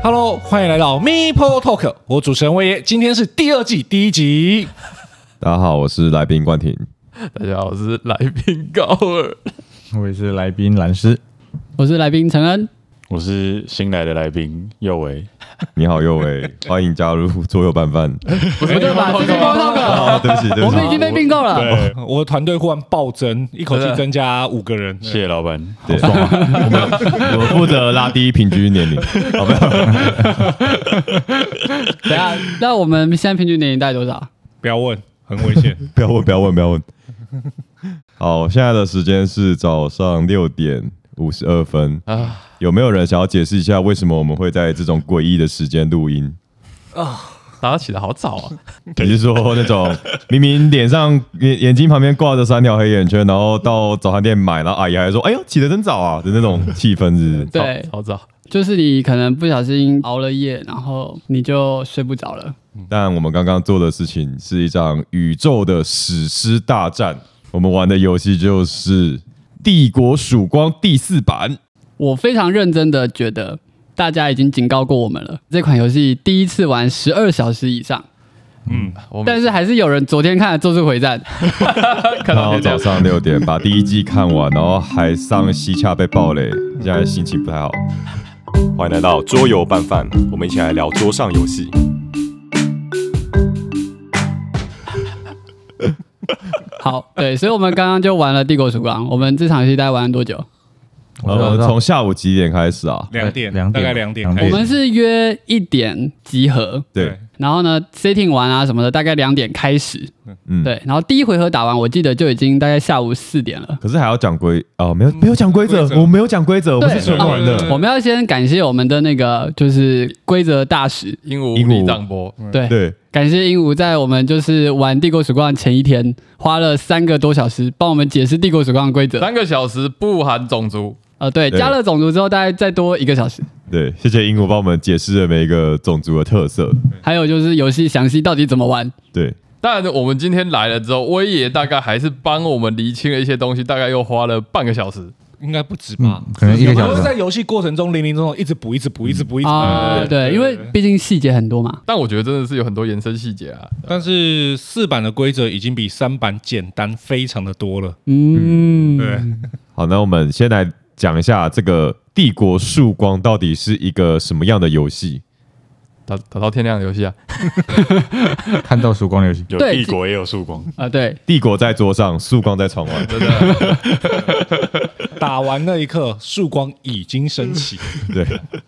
Hello， 欢迎来到 Meeple Talk， 我主持人威爷，今天是第2季第1集。 大家好，我是来宾冠廷。 大家好，我是来宾高尔。 我也是来宾蓝斯。 我是来宾陈恩。 我是新来的来宾佑维。 你好，佑维，欢迎加入桌游拌饭。 不对吧？这是 Meeple Talk， 对不起， 我们已经被并购了。 我的团队忽然暴增，一口气增加5个人。 谢谢老板， 对，我负责拉低平均年龄。好，没有。 等一下，那我们现在平均年龄大概多少？ 不要问，很危险。 不要问。好，现在的时间是早上6点52分啊。有没有人想要解释一下为什么我们会在这种诡异的时间录音啊？大家起得好早啊！ 你是说那种明明脸上眼睛旁边挂着3条黑眼圈，然后到早餐店买，然后阿姨还说：“哎呦，起得真早啊”的那种气氛是？ 对， 好早。 就是你可能不小心熬了夜，然后你就睡不着了。 但我们刚刚做的事情是一场宇宙的史诗大战。我们玩的游戏就是《帝国曙光》第4版。 我非常认真的觉得，大家已经警告过我们了。这款游戏第一次玩12小时以上，但是还是有人昨天看了《咒术回战》， 然后早上6点把第1季看完，然后还上西洽被爆雷，现在心情不太好。 欢迎来到桌游拌饭，我们一起来聊桌上游戏。 好，对，所以我们刚刚就玩了《帝国曙光》。我们这场戏大概玩了多久？ 从下午几点开始啊 ？2点，大概2点。 我们是约1点集合， 对。 然后呢 ，setting 完啊什么的，大概2点开始，对。然后第1回合打完，我记得就已经大概下午4点了。 可是还要讲没有讲规则，我没有讲规则，我们是纯玩的。 我们要先感谢我们的那个就是规则大使鹦鹉李丈波， 对。感谢鹦鹉在我们就是玩帝国曙光前一天，花了3个多小时帮我们解释帝国曙光的规则。 3个小时不含种族。 对，加了种族之后，大概再多1个小时。 对，谢谢鹦鹉帮我们解释了每一个种族的特色， 还有就是游戏详细到底怎么玩。 对， 当然我们今天来了之后，威爷大概还是帮我们厘清了一些东西，大概又花了半个小时。 应该不止吧？ 可能1个小时。 在游戏过程中零零总总一直补啊，对，因为毕竟细节很多嘛。 但我觉得真的是有很多延伸细节啊。 但是4版的规则已经比3版简单非常的多了。 对。好，那我们先来讲一下这个《帝国曙光》到底是一个什么样的游戏？ 打到天亮的游戏啊！ 看到曙光的游戏， 有帝国也有曙光啊。对， 帝国在桌上，曙光在窗外。真的， 打完那一刻，曙光已经升起。 对。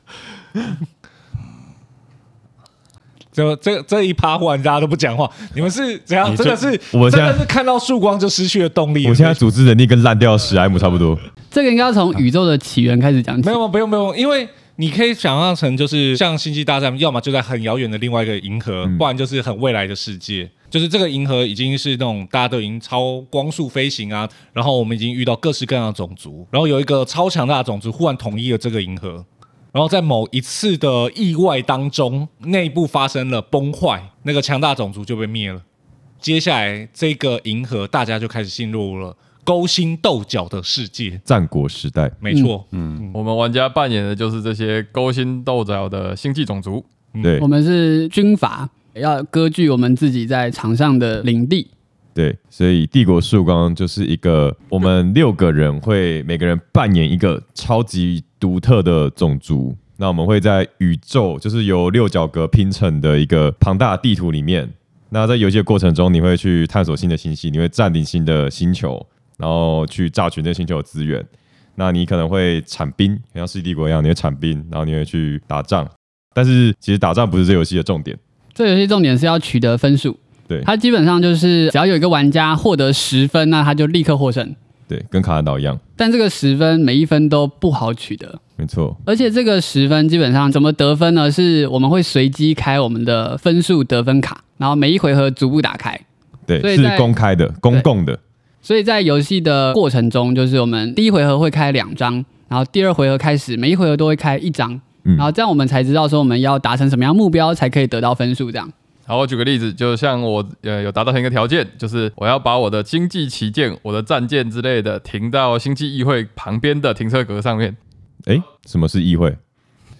就这一趴忽然大家都不讲话，你们是怎样？真的是看到曙光就失去了动力。 我现在组织能力跟烂掉史莱姆差不多。 这个应该要从宇宙的起源开始讲起。 没有，不用，因为你可以想象成就是像星际大战，要么就在很遥远的另外一个银河，不然就是很未来的世界。就是这个银河已经是那种大家都已经超光速飞行啊，然后我们已经遇到各式各样的种族，然后有一个超强大的种族忽然统一了这个银河。然后在某一次的意外当中，内部发生了崩坏，那个强大种族就被灭了。接下来这个银河大家就开始进入了勾心斗角的世界， 战国时代。 没错， 我们玩家扮演的就是这些勾心斗角的星际种族。 对， 我们是军阀，要割据我们自己在场上的领地。 对，所以帝国曙光就是一个我们6个人会每个人扮演一个超级独特的种族，那我们会在宇宙就是由6角格拼成的一个庞大的地图里面。那在游戏的过程中，你会去探索新的星系，你会占领新的星球，然后去榨取那星球的资源。那你可能会产兵，像世纪帝国一样，你会产兵，然后你会去打仗。但是其实打仗不是这游戏的重点， 这游戏重点是要取得分数。 对， 它基本上就是只要有一个玩家获得10分，那他就立刻获胜。 对，跟卡兰岛一样。 但这个10分每一分都不好取得， 没错。 而且这个10分基本上怎么得分呢？是我们会随机开我们的分数得分卡，然后每一回合逐步打开。 对，是公开的、公共的。 所以在游戏的过程中，就是我们第1回合会开2张，然后第2回合开始每一回合都会开1张，然后这样我们才知道说我们要达成什么样目标才可以得到分数这样。 好，我举个例子，就像我有达到一个条件，就是我要把我的星际旗舰、我的战舰之类的停到星际议会旁边的停车格上面。 什么是议会？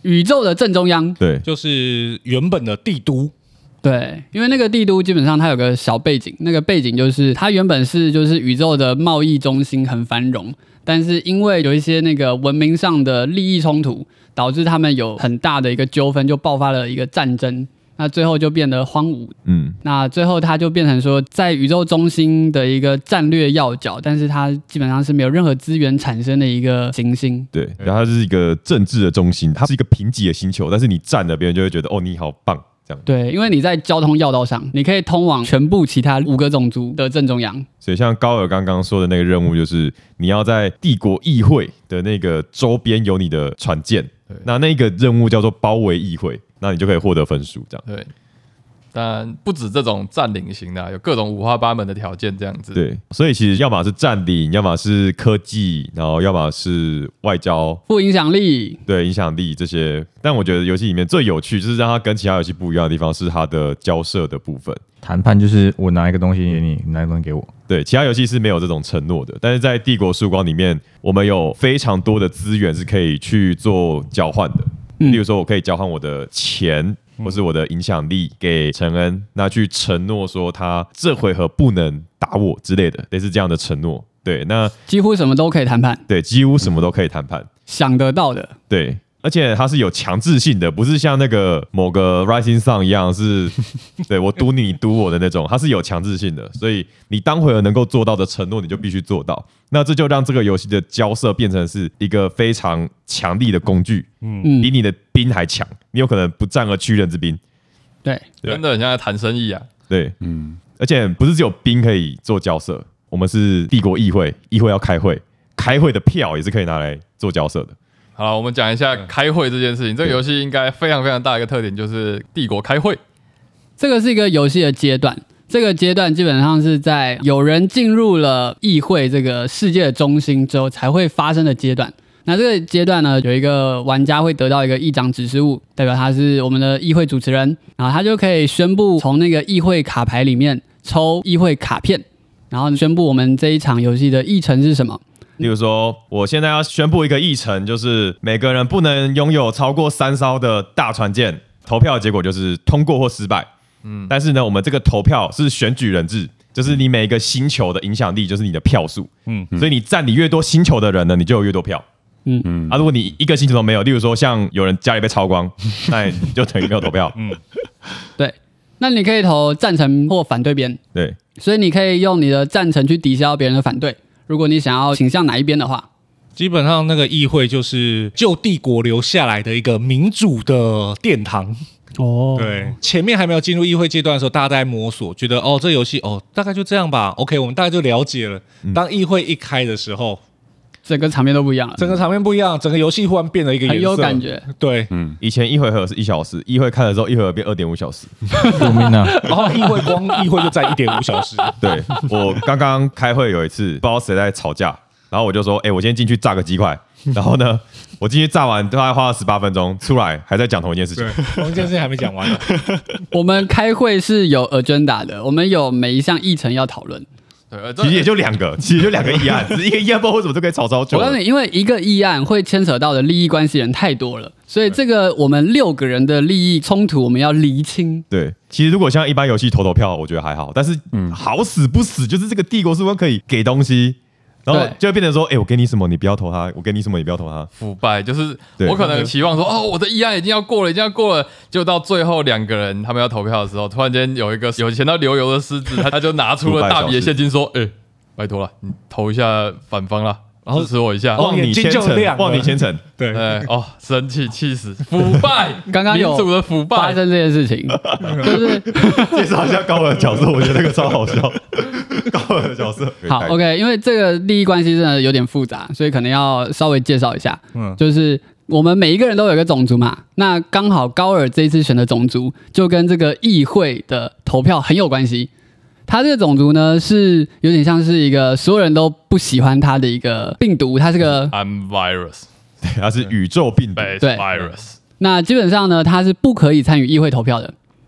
宇宙的正中央。 对， 就是原本的帝都。 对，因为那个帝都基本上它有个小背景，那个背景就是它原本是就是宇宙的贸易中心，很繁荣，但是因为有一些那个文明上的利益冲突，导致他们有很大的一个纠纷，就爆发了一个战争。那最后就变得荒芜，那最后它就变成说，在宇宙中心的一个战略要角，但是它基本上是没有任何资源产生的一个行星。 对，然后它是一个政治的中心，它是一个贫瘠的星球，但是你占了，别人就会觉得哦，你好棒，这样。 对，因为你在交通要道上，你可以通往全部其他5个种族的正中央。 所以像高尔刚刚说的那个任务，就是你要在帝国议会的那个周边有你的船舰，那个任务叫做包围议会。那你就可以获得分数，这样。 对，但不止这种占领型的，有各种五花八门的条件，这样子。 对，所以其实要么是占领，要么是科技，然后要么是外交、 负影响力， 对影响力这些。但我觉得游戏里面最有趣，就是让它跟其他游戏不一样的地方，是它的交涉的部分。 谈判就是我拿一个东西给你，你拿一个东西给我。 对，其他游戏是没有这种承诺的，但是在帝国曙光里面，我们有非常多的资源是可以去做交换的。例如说，我可以交换我的钱，或是我的影响力给陈恩，那去承诺说他这回合不能打我之类的，类似这样的承诺。对，那几乎什么都可以谈判。 对，几乎什么都可以谈判， 想得到的。 对。而且它是有强制性的，不是像那个某个 Rising Sun 一样是，对我赌你赌我的那种，它是有强制性的，所以你当回合能够做到的承诺，你就必须做到。那这就让这个游戏的交涉变成是一个非常强力的工具，比你的兵还强，你有可能不战而屈人之兵。 对， 真的很像在谈生意啊。 对，而且不是只有兵可以做交涉，我们是帝国议会，议会要开会，开会的票也是可以拿来做交涉的。 好了，我们讲一下开会这件事情。这个游戏应该非常非常大的一个特点就是帝国开会。 这个是一个游戏的阶段，这个阶段基本上是在有人进入了议会这个世界的中心之后才会发生的阶段。那这个阶段呢，有一个玩家会得到一个议长指示物，代表他是我们的议会主持人，然后他就可以宣布从那个议会卡牌里面抽议会卡片，然后宣布我们这一场游戏的议程是什么。 例如说，我现在要宣布一个议程，就是每个人不能拥有超过3艘的大船舰。投票的结果就是通过或失败。但是呢，我们这个投票是选举人制，就是你每一个星球的影响力就是你的票数。所以你占你越多星球的人呢，你就有越多票。如果你一个星球都没有，例如说像有人家里被抄光，那你就等于没有投票。 对，那你可以投赞成或反对边。 对， 所以你可以用你的赞成去抵消别人的反对。如果你想要倾向哪一边的话， 基本上那个议会就是旧帝国留下来的一个民主的殿堂。对，前面还没有进入议会阶段的时候，大家在摸索，觉得这游戏大概就这样吧 ，OK， 我们大概就了解了。当议会一开的时候， 整个场面都不一样了， 整个场面不一样，整个游戏忽然变了一个颜色， 很有感觉。 对， 以前一回合是1小时，议会开了之后，一回合变2.5小时， 救命啊！ 然后议会就占1.5小时。 对，我刚刚开会有一次，不知道谁在吵架，然后我就说，我今天进去炸个鸡块，然后呢，我进去炸完大概花了18分钟，出来还在讲同一件事情， 同一件事情还没讲完呢。 我们开会是有 agenda 的，我们有每一项议程要讨论。 其实也就2个，其实就2个议案，只是一个议案不知道为什么就可以吵超久。 我告诉你，因为一个议案会牵扯到的利益关系人太多了，所以这个我们6个人的利益冲突我们要厘清。 对，其实如果像一般游戏投票，我觉得还好，但是好死不死就是这个帝国曙光可以给东西。然后就会变成说，我给你什么你不要投他，我给你什么你不要投他。 腐败就是我可能期望说，我的议案已经要过了，已经要过了，就到最后2个人他们要投票的时候，突然间有一个有钱到流油的狮子，他就拿出了大笔的现金说，拜托了，你投一下反方啦，支持我一下， 望你千层，望你千层。 对，生气气死，腐败， 刚刚有民主的腐败发生这件事情，就是介绍一下高尔的角色，我觉得那个超好笑。高尔的角色好 ，OK， 因为这个利益关系真的有点复杂，所以可能要稍微介绍一下。就是我们每一个人都有一个种族嘛，那刚好高尔这一次选的种族就跟这个议会的投票很有关系。他这个种族呢，是有点像是一个所有人都不喜欢他的一个病毒，它是个 I'm virus， 对，它是宇宙病毒。 对 virus。 那基本上呢，他是不可以参与议会投票的。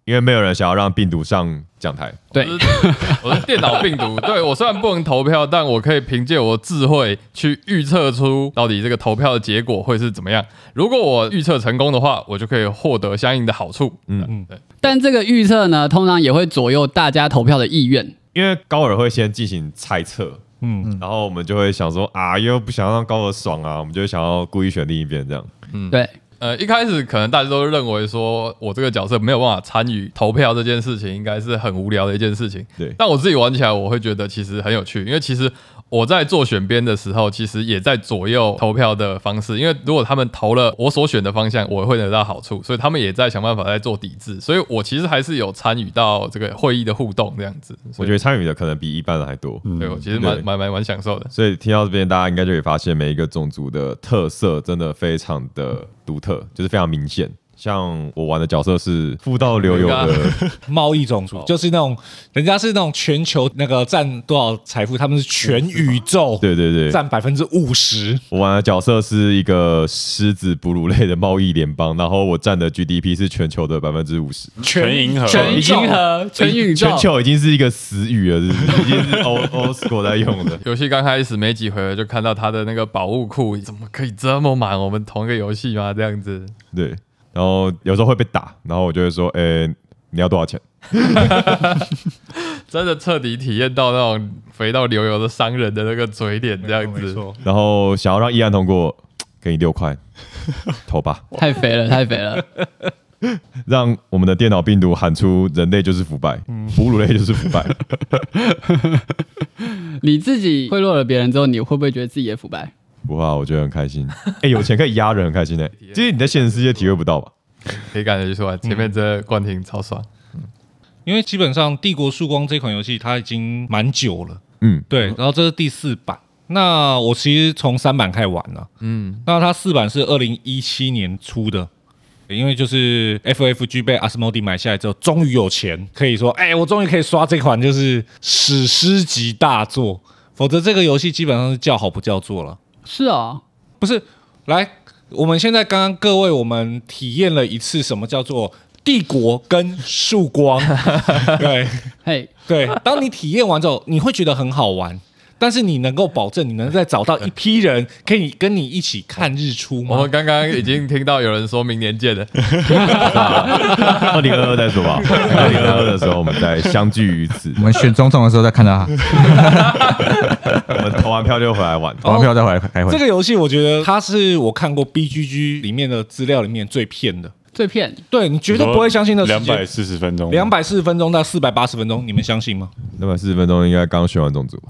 因为没有人想要让病毒上讲台。 对， 我是电脑病毒。对，我虽然不能投票，但我可以凭借我的智慧去预测出到底这个投票的结果会是怎么样。如果我预测成功的话，我就可以获得相应的好处。对。 但这个预测呢，通常也会左右大家投票的意愿。 因为高尔会先进行猜测，然后我们就会想说啊，又不想让高尔爽啊，我们就会想要故意选另一边这样。 对。 一开始可能大家都认为说我这个角色没有办法参与投票这件事情，应该是很无聊的一件事情。 对， 但我自己玩起来，我会觉得其实很有趣，因为其实我在做选边的时候，其实也在左右投票的方式。因为如果他们投了我所选的方向，我会得到好处，所以他们也在想办法在做抵制。所以我其实还是有参与到这个会议的互动这样子。 我觉得参与的可能比一般人还多。 对，我其实蛮享受的。 所以听到这边，大家应该就会发现每一个种族的特色真的非常的独特，就是非常明显。像我玩的角色是富到流油的贸易种族，就是那种人家是那种全球那个占多少财富，他们是全宇宙对占50%。 我玩的角色是一个狮子哺乳类的贸易联邦，然后我占的 GDP 是全球的50%， 全银河， 全银河，全宇宙， 全球已经是一个死语了，是不是？已经是 old school 在用的。 游戏刚开始没几回合就看到他的那个宝物库怎么可以这么满？我们同一个游戏吗？这样子。 对。然后有时候会被打，然后我就会说：“你要多少钱？” 真的彻底体验到那种肥到流油的商人的那个嘴脸这样子。 然后想要让议案通过，给你6块，投吧。 太肥了，太肥了。 让我们的电脑病毒喊出：“人类就是腐败，哺乳类就是腐败。” 你自己贿赂了别人之后，你会不会觉得自己也腐败？ 不会啊，我觉得很开心。有钱可以压人，很开心欸。其实你在现实世界体会不到吧？ 可以感觉出来，前面这冠廷超爽。 因为基本上《帝国曙光》这款游戏它已经蛮久了，对。然后这是第4版，那我其实从3版开始玩了，那它4版是2017年出的。因为就是 FFG 被 Asmodee 买下来之后，终于有钱，可以说，我终于可以刷这款就是史诗级大作，否则这个游戏基本上是叫好不叫座了。 是啊， 不是，来，我们现在刚刚各位我们体验了一次什么叫做帝国跟曙光，对，对，当你体验完之后，你会觉得很好玩。但是你能够保证你能再找到一批人可以跟你一起看日出吗？ 我们刚刚已经听到有人说明年见了 ，2022再说吧。2022的时候我们再相聚于此。 我们选总统的时候再看到他。 我们投完票就回来玩， 投完票再回来开会。 这个游戏我觉得它是我看过 BGG 里面的资料里面最骗的。 最骗， 对你绝对不会相信的时间 240分钟 ，240分钟到480分钟，你们相信吗 ？240分钟应该刚选完种族吧？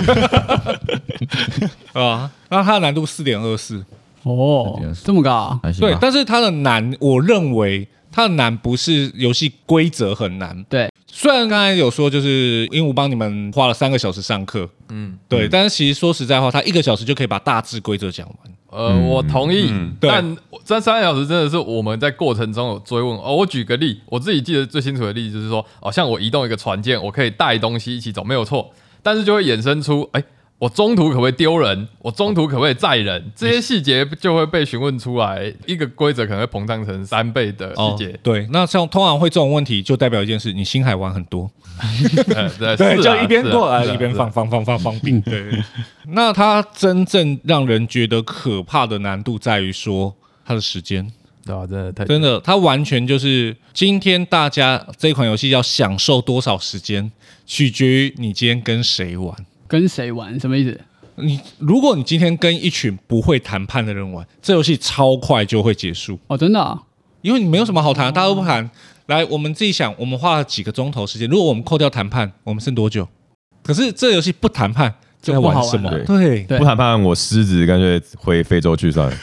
那它的难度4.24， 这么高啊？ 对，但是它的难，我认为它的难不是游戏规则很难， 对。 虽然刚才有说，就是因为我帮你们花了3个小时上课，对，但是其实说实在话，它1个小时就可以把大致规则讲完。 我同意，但这3个小时真的是我们在过程中有追问。我举个例，我自己记得最清楚的例子就是说，像我移动一个船舰，我可以带东西一起走，没有错，但是就会衍生出，我中途可不可以丢人？我中途可不可以载人？这些细节就会被询问出来，一个规则可能会膨胀成3倍的细节。 对，那像通常会这种问题，就代表一件事，你星海玩很多。 对， 就一边过来一边放病。对，那它真正让人觉得可怕的难度在于说它的时间。 对啊， 真的，它完全就是今天大家这款游戏要享受多少时间，取决于你今天跟谁玩。 跟谁玩？什么意思？ 如果你今天跟一群不会谈判的人玩，这游戏超快就会结束。 真的啊？ 因为你没有什么好谈，大家都不谈。来，我们自己想，我们花了几个钟头时间，如果我们扣掉谈判，我们剩多久？可是这游戏不谈判，就在玩什么？对， 不谈判，我狮子干脆回非洲去算了。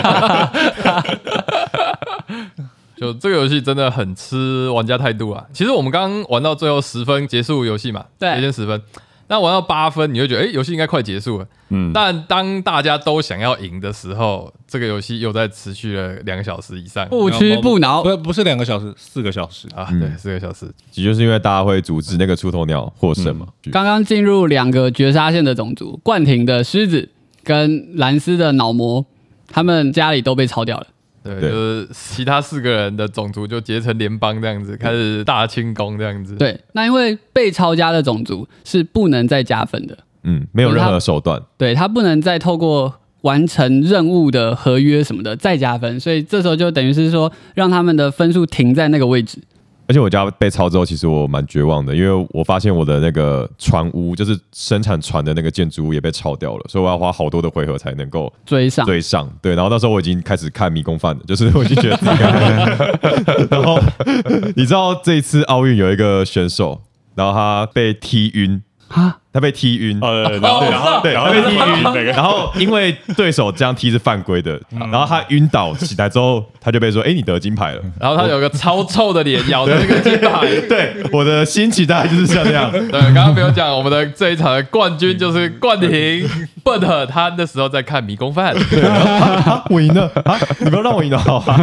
就这个游戏真的很吃玩家态度啊！其实我们刚刚玩到最后10分结束游戏嘛， 对， 时间10分。那玩到8分，你会觉得游戏应该快结束了。但当大家都想要赢的时候，这个游戏又在持续了2个小时以上， 不屈不挠。 不是2个小时，4个小时啊，对，4个小时。 也就是因为大家会阻止那个出头鸟获胜嘛。 刚刚进入2个绝杀线的种族，冠廷的狮子跟蓝斯的脑魔，他们家里都被抄掉了。 对，就是其他4个人的种族就结成联邦这样子，开始大清宫这样子。 对，那因为被抄家的种族是不能再加分的， 没有任何手段， 对他不能再透过完成任务的合约什么的再加分，所以这时候就等于是说让他们的分数停在那个位置。 而且我家被抄之后，其实我蛮绝望的，因为我发现我的那个船屋，就是生产船的那个建筑物也被抄掉了，所以我要花好多的回合才能够追上。对，然后那时候我已经开始看迷宫饭了，就是我已经觉得自己然后你知道这一次奥运有一个选手，然后他被踢晕。他被踢晕，然后被踢晕，然后因为对手这样踢是犯规的，然后他晕倒起来之后，他就被说：“你得金牌了。” 然后他有个超臭的脸，咬着那个金牌。 对，我的心情大概就是像这样。 对，刚刚没有讲，我们的这一场的冠军就是冠廷 ，but 他那时候在看迷宫饭。 我赢了你不要让我赢了，好吧？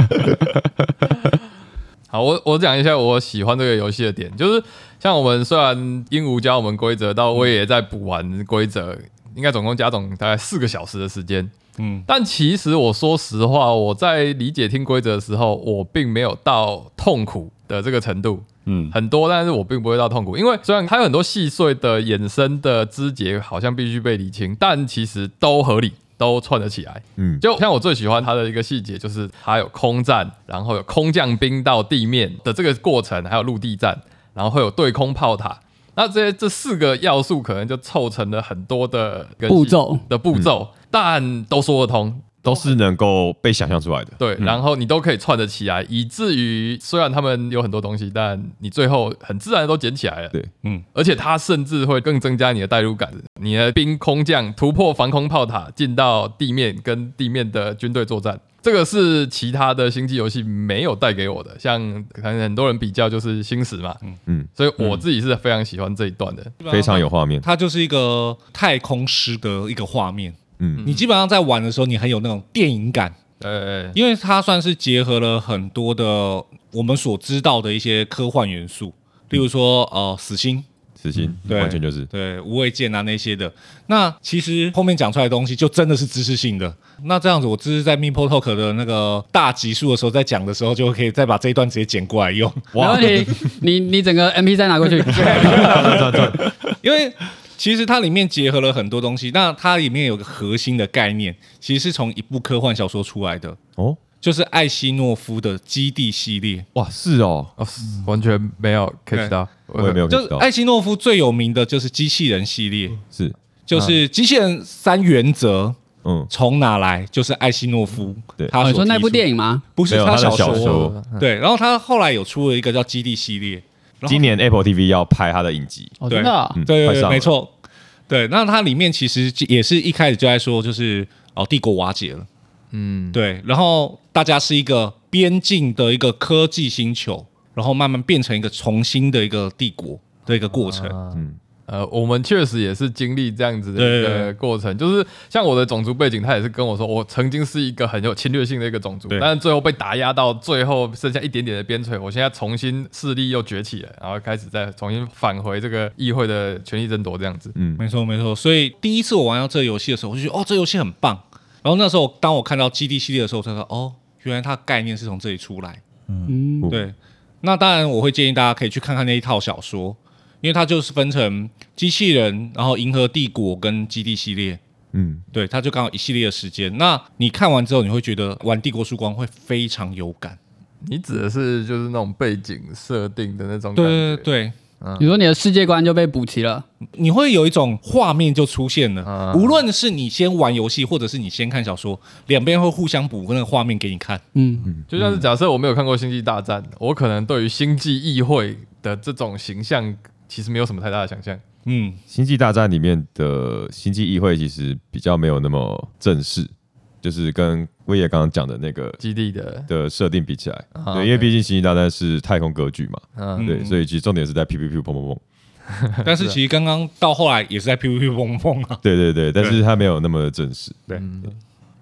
好，我讲一下我喜欢这个游戏的点，就是像我们虽然鹦鹉教我们规则，到我也在补完规则，应该总共加总大概4个小时的时间。但其实我说实话，我在理解听规则的时候，我并没有到痛苦的这个程度。很多，但是我并不会到痛苦，因为虽然它有很多细碎的衍生的枝节，好像必须被理清，但其实都合理。都串得起来，就像我最喜欢它的一个细节，就是它有空战，然后有空降兵到地面的这个过程，还有陆地战，然后会有对空炮塔。那这4个要素可能就凑成了很多的步骤，但都说得通。 都是能够被想象出来的， 对，然后你都可以串得起来，以至于虽然他们有很多东西，但你最后很自然的都捡起来了。 对， 而且它甚至会更增加你的代入感，你的兵空降突破防空炮塔，进到地面跟地面的军队作战，这个是其他的星际游戏没有带给我的。像可能很多人比较就是星矢嘛，所以我自己是非常喜欢这一段的， 非常有画面。 它就是一个太空师的一个画面。你基本上在玩的时候，你很有那种电影感，因为它算是结合了很多的我们所知道的一些科幻元素，例如说死星， 对，完全就是对无畏舰啊那些的。那其实后面讲出来的东西就真的是知识性的。那这样子，我只是在 Meeple Talk 的那个大集数的时候，在讲的时候，就可以再把这一段直接剪过来用。 没问题，你整个 MP3 拿过去， 因为。其实它里面结合了很多东西，那它里面有个核心的概念，其实是从一部科幻小说出来的就是艾希诺夫的基地系列。 哇，是完全没有 catch 到， 我也没有 catch 到。 就艾希诺夫最有名的就是机器人系列，就是机器人3原则。从哪来？就是艾希诺夫。 对， 他说那部电影吗？ 不是，他小说。对，然后他后来有出了一个叫基地系列。 今年 Apple TV 要拍他的影集， 真的， 对，没错，对。那它里面其实也是一开始就在说，就是帝国瓦解了，对。然后大家是一个边境的一个科技星球，然后慢慢变成一个重新的一个帝国的一个过程， 我们确实也是经历这样子的一个过程，就是像我的种族背景，他也是跟我说，我曾经是一个很有侵略性的一个种族，但是最后被打压到最后剩下一点点的边陲，我现在重新势力又崛起了，然后开始再重新返回这个议会的权力争夺这样子。 没错没错。所以第一次我玩到这个游戏的时候，我就觉得这游戏很棒。然后那时候当我看到基地系列的时候，我才说原来它的概念是从这里出来。对。那当然我会建议大家可以去看看那一套小说。因为它就是分成机器人，然后银河帝国跟基地系列，对，它就刚好一系列的时间。那你看完之后，你会觉得玩帝国曙光会非常有感。 你指的是就是那种背景设定的那种感觉， 对。 你说你的世界观就被补齐了， 你会有一种画面就出现了。无论是你先玩游戏，或者是你先看小说，两边会互相补那个画面给你看。 就像是假设我没有看过《星际大战》，我可能对于星际议会的这种形象。其实没有什么太大的想象。 星际大战里面的星际议会其实比较没有那么正式，就是跟威爷刚刚讲的那个基地的设定比起来，对，因为毕竟星际大战是太空格局嘛，对，所以其实重点是在 PVP 砰砰砰。 但是其实刚刚到后来也是在 PVP 砰砰啊。 对，但是它没有那么正式。 对。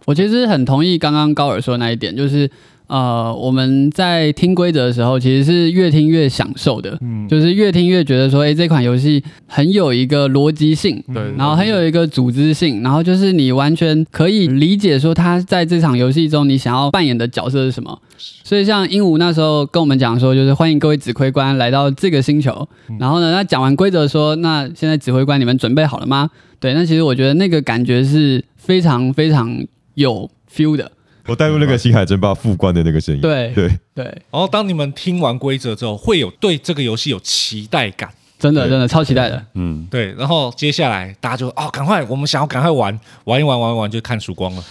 我其实很同意刚刚高尔说的那一点，就是我们在听规则的时候，其实是越听越享受的，就是越听越觉得说，这款游戏很有一个逻辑性， 对， 然后很有一个组织性，然后就是你完全可以理解说他在这场游戏中你想要扮演的角色是什么。所以像鹦鹉那时候跟我们讲说，就是欢迎各位指挥官来到这个星球，然后呢，他讲完规则说，那现在指挥官你们准备好了吗？对，那其实我觉得那个感觉是非常非常有 feel 的。 我带入那个星海争霸副官的那个声音， 对对。 对， 然后当你们听完规则之后，会有对这个游戏有期待感。 真的超期待的。 对，然后接下来大家就赶快，我们想要赶快玩一玩就看曙光了。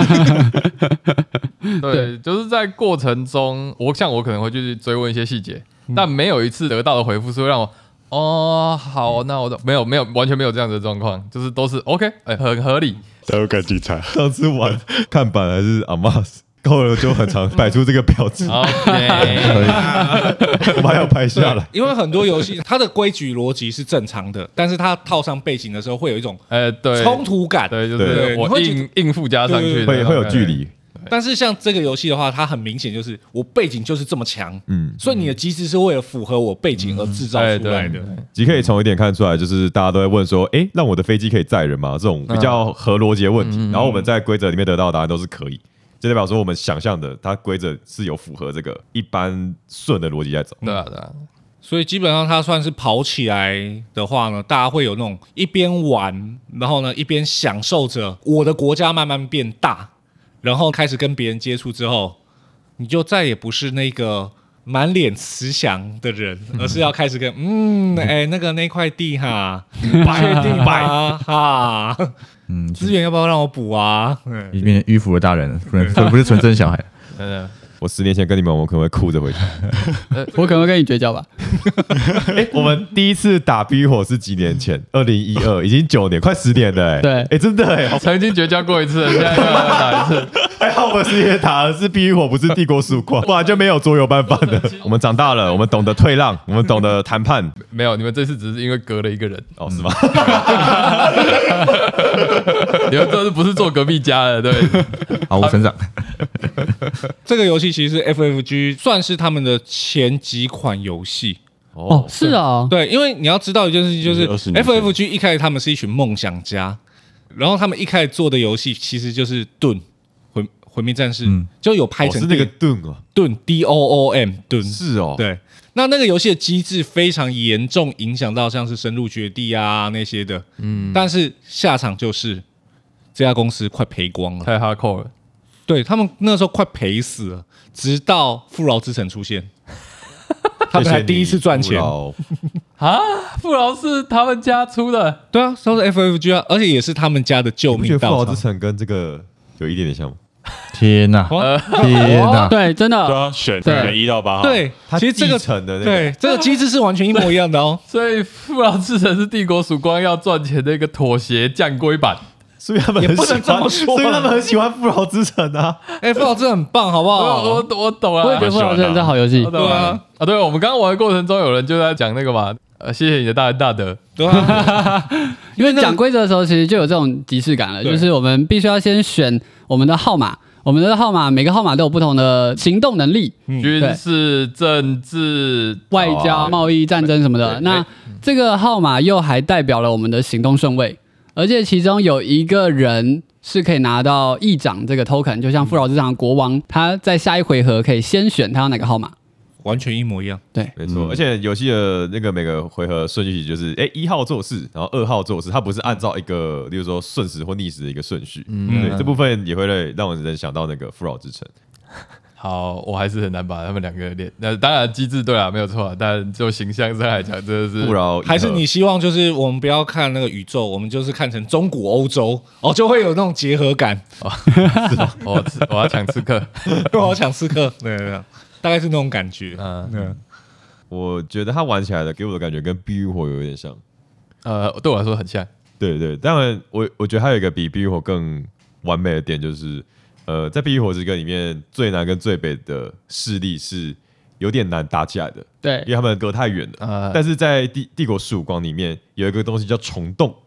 对，就是在过程中，我可能会去追问一些细节，但没有一次得到的回复是会让我好，那我没有完全没有这样的状况，就是都是 OK， 很合理。 都更精彩。 上次玩看板还是阿玛斯，高尔就很常摆出这个表情， OK， 我们还要拍下来。 因为很多游戏它的规矩逻辑是正常的，但是它套上背景的时候会有一种对冲突感。 对，就对是我硬附加上去的， 会有距离。 但是像这个游戏的话，它很明显就是我背景就是这么强，所以你的机制是为了符合我背景而制造出来的。 即可以从一点看出来，就是大家都会问说，让我的飞机可以载人吗？这种比较合逻辑的问题，然后我们在规则里面得到的答案都是可以，就代表说我们想象的它规则是有符合这个一般顺的逻辑在走。 对啊。 所以基本上它算是跑起来的话呢，大家会有那种一边玩，然后呢一边享受着我的国家慢慢变大。然后开始跟别人接触之后，你就再也不是那个满脸慈祥的人，而是要开始跟那块地哈，确定吗？哈，资源要不要让我补啊？ 已经变成迂腐的大人了，不是纯真小孩。 我10年前跟你们，我可能会哭着回家。 我可能会跟你绝交吧。 我们第一次打冰与火是几年前？2012，已经9年，快10年了。 对， 真的曾经绝交过一次，现在又要打一次。 还好我们10年打的是冰与火，不是帝国曙光，不然就没有桌游拌饭了。我们长大了，我们懂得退让，我们懂得谈判。 没有，你们这次只是因为隔了一个人。 是吗？ 你们这次不是坐隔壁家了，对。 好，我成长。 这个游戏其实是 FFG 算是他们的前几款游戏。 是啊， 对，因为你要知道一件事情，就是 20年 FFG 一开始他们是一群梦想家，然后他们一开始做的游戏其实就是盾毁灭战士，就有拍成是那个盾盾 DOOM 盾是哦， 对。那个游戏的机制非常严重影响到像是深入绝地啊那些的，但是下场就是这家公司快赔光了， 太 hardcore 了。 对他们那时候快赔死了，直到富饶之城出现，他们才第一次赚钱啊！富饶是他们家出的， 对啊，都是 FFG 啊，而且也是他们家的救命稻草。 富饶之城跟这个有一点点像吗？ 天哪！天哪！ 对，真的。 对啊，选1到8号。 对，其实这个对这个机制是完全一模一样的哦。 所以富饶之城是帝国曙光要赚钱的一个妥协降规版。 所以他们也不能这么说， 所以他们很喜欢富饶之城啊！ 富饶之城很棒，好不好？ 我懂了， 我也觉得富饶之城是好游戏。 对啊，对，我们刚刚玩的过程中，有人就在讲那个嘛，谢谢你的大恩大德。 对啊， 因为讲规则的时候，其实就有这种即视感了，就是我们必须要先选我们的号码。我们的号码，每个号码都有不同的行动能力， 军事、政治、 外交、贸易、战争什么的。那这个号码又还代表了我们的行动顺位，而且其中有一个人是可以拿到议长这个 token， 就像富饶之城的国王，他在下一回合可以先选他要哪个号码。 完全一模一样， 对， 没错。而且游戏的那个每个回合顺序就是，1号做事，然后2号做事，它不是按照一个，例如说顺时或逆时的一个顺序。对，这部分也会让人想到那个富饶之城。 好，我还是很难把他们两个连。那当然机制对啊，没有错，但就形象上来讲，真的是富饶。 还是你希望就是我们不要看那个宇宙，我们就是看成中古欧洲哦，就会有那种结合感。 我要抢刺客， 我要抢刺客，对。大概是那种感觉， 我觉得他玩起来的给我的感觉跟碧玉火有点像， 对我来说很像， 对，当然我觉得还有一个比碧玉火更完美的点就是，在碧玉火之歌里面最南跟最北的势力是有点难打起来的， 对， 因为他们隔太远了，但是在帝国曙光里面有一个东西叫虫洞。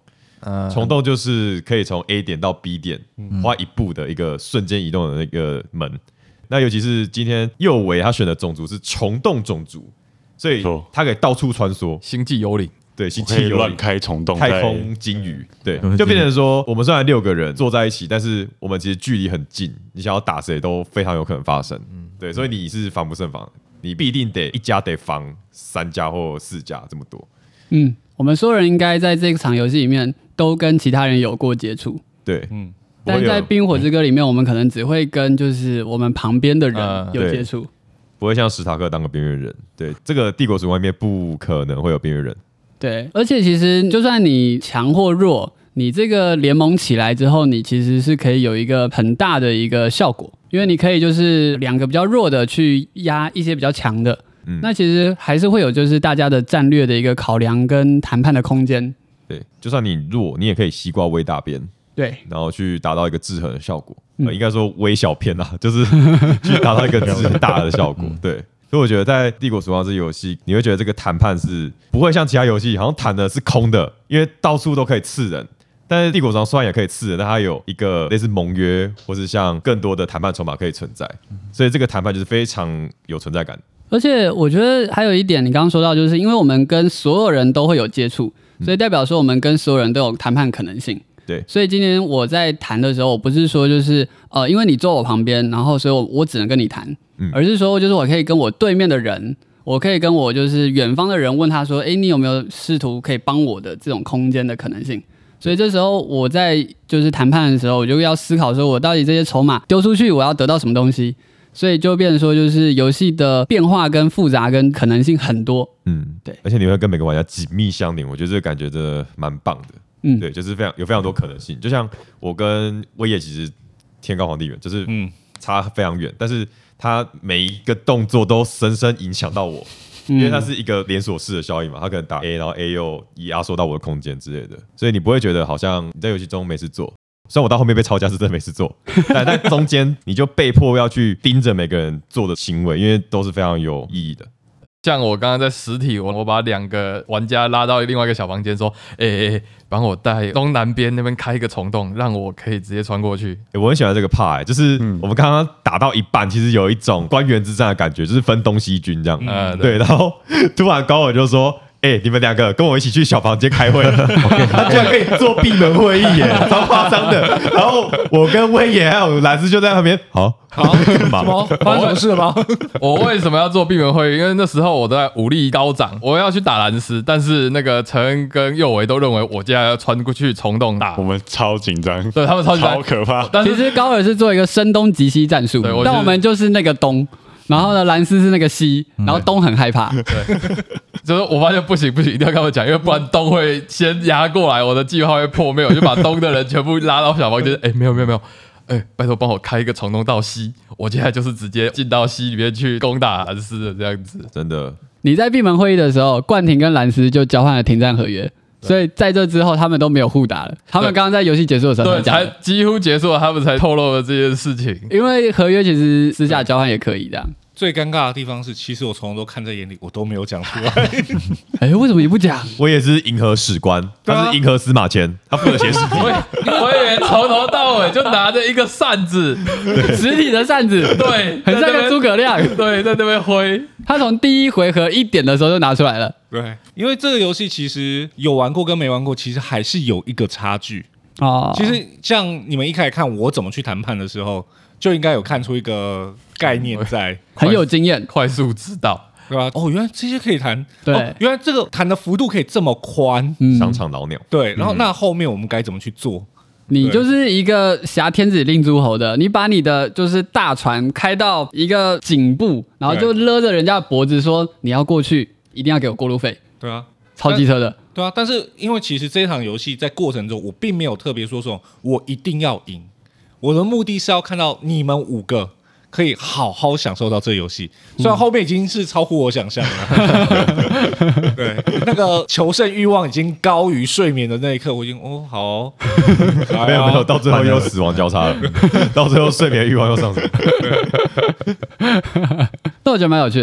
虫洞就是可以从 A 点到 B 点花一步的一个瞬间移动的那个门。那尤其是今天右维他选的种族是虫洞种族，所以他可以到处穿梭， 星际幽灵。 对，星际幽灵乱开虫洞， 太空鲸鱼，对，就变成说我们虽然6个人坐在一起，但是我们其实距离很近，你想要打谁都非常有可能发生。对，所以你是防不胜防，你必定得一家得防3家或4家这么多。 我们所有人应该在这场游戏里面都跟其他人有过接触。 对， 但在《冰火之歌》里面，我们可能只会跟就是我们旁边的人有接触， 不会像史塔克当个边缘人。对，这个帝国时光里面不可能会有边缘人。 对，而且其实就算你强或弱，你这个联盟起来之后，你其实是可以有一个很大的一个效果，因为你可以就是2个比较弱的去压一些比较强的。那其实还是会有就是大家的战略的一个考量跟谈判的空间。 对，就算你弱，你也可以西瓜微大边， 对， 然后去达到一个制衡的效果。应该说微小片啊，就是去达到一个制衡大的效果。对。所以我觉得在《帝国时光》这游戏，你会觉得这个谈判是不会像其他游戏好像谈的是空的，因为到处都可以刺人。但是《帝国时光》虽然也可以刺人，但它有一个类似盟约，或是像更多的谈判筹码可以存在，所以这个谈判就是非常有存在感。 而且我觉得还有一点，你刚刚说到，就是因为我们跟所有人都会有接触，所以代表说我们跟所有人都有谈判可能性。 对， 所以今天我在谈的时候，我不是说就是因为你坐我旁边，然后所以我只能跟你谈，而是说就是我可以跟我对面的人，我可以跟我就是远方的人问他说，你有没有试图可以帮我的这种空间的可能性？所以这时候我在就是谈判的时候，我就要思考说我到底这些筹码丢出去，我要得到什么东西。所以就变成说，就是游戏的变化跟复杂跟可能性很多。对， 而且你会跟每个玩家紧密相连，我觉得这个感觉真的蛮棒的。对，就是有非常多可能性。就像我跟威爷其实天高皇帝远，就是差非常远，但是他每一个动作都深深影响到我，因为它是一个连锁式的效应嘛，他可能打 A， 然后 A 又压缩到我的空间之类的，所以你不会觉得好像你在游戏中没事做。虽然我到后面被抄家是真的没事做，但中间你就被迫要去盯着每个人做的行为，因为都是非常有意义的。 像我刚刚在实体，我把2个玩家拉到另外一个小房间，说：“帮我带东南边那边开一个虫洞，让我可以直接穿过去。” 我很喜欢这个 part， 就是我们刚刚打到一半，其实有一种官员之战的感觉，就是分东西军这样。对，然后突然高尔就说：“你们2个跟我一起去小房间开会，他居然可以做闭门会议耶，超夸张的。”然后我跟威爷还有蓝斯就在那边，好， 什么发生什么事了吗？ 我为什么要做闭门会议？因为那时候我在武力高涨，我要去打蓝斯，但是那个陈恩跟右维都认为我接下来要穿过去虫洞打， 我们超紧张， 对他们超紧张， 超可怕。 但是其实高尔是做一个声东击西战术，但我们就是那个东。然后呢，蓝斯是那个西，然后东很害怕。 对，就是我发现不行，一定要跟我讲，因为不然东会先压过来，我的计划会破灭。我就把东的人全部拉到小房间。没有，拜托帮我开一个虫洞到西，我接下来就是直接进到西里面去攻打蓝斯的这样子。 真的， 你在闭门会议的时候，冠廷跟蓝斯就交换了停战合约。所以在这之后，他们都没有互打了。他们刚刚在游戏结束的时候才几乎结束了，他们才透露了这件事情。 因为合约其实私下交换也可以这样。 最尴尬的地方是，其实我从头都看在眼里，我都没有讲出来。 为什么你不讲？ 我也是银河史官，他是银河司马迁，他负责写史记。 我以为从头到尾就拿着一个扇子， 实体的扇子， 对， 很像个诸葛亮， 对，在那边挥。 他从第1回合1点的时候就拿出来了。 对，因为这个游戏其实有玩过跟没玩过，其实还是有一个差距。其实像你们一开始看我怎么去谈判的时候，就应该有看出一个概念在， 很有经验， 快速知道， 对吧？原来这些可以谈， 对， 原来这个谈的幅度可以这么宽， 商场老鸟。 对，然后那后面我们该怎么去做？ 你就是一个挟天子令诸侯的，你把你的就是大船开到一个颈部，然后就勒着人家的脖子说你要过去，一定要给我过路费。 对啊， 超机车的。 对啊，但是因为其实这场游戏在过程中，我并没有特别说什么我一定要赢，我的目的是要看到你们5个可以好好享受到这游戏。虽然后面已经是超乎我想象了，对，那个求胜欲望已经高于睡眠的那一刻，我已经好没有，到最后又死亡交叉了，到最后睡眠欲望又上升。 那我觉得蛮有趣的。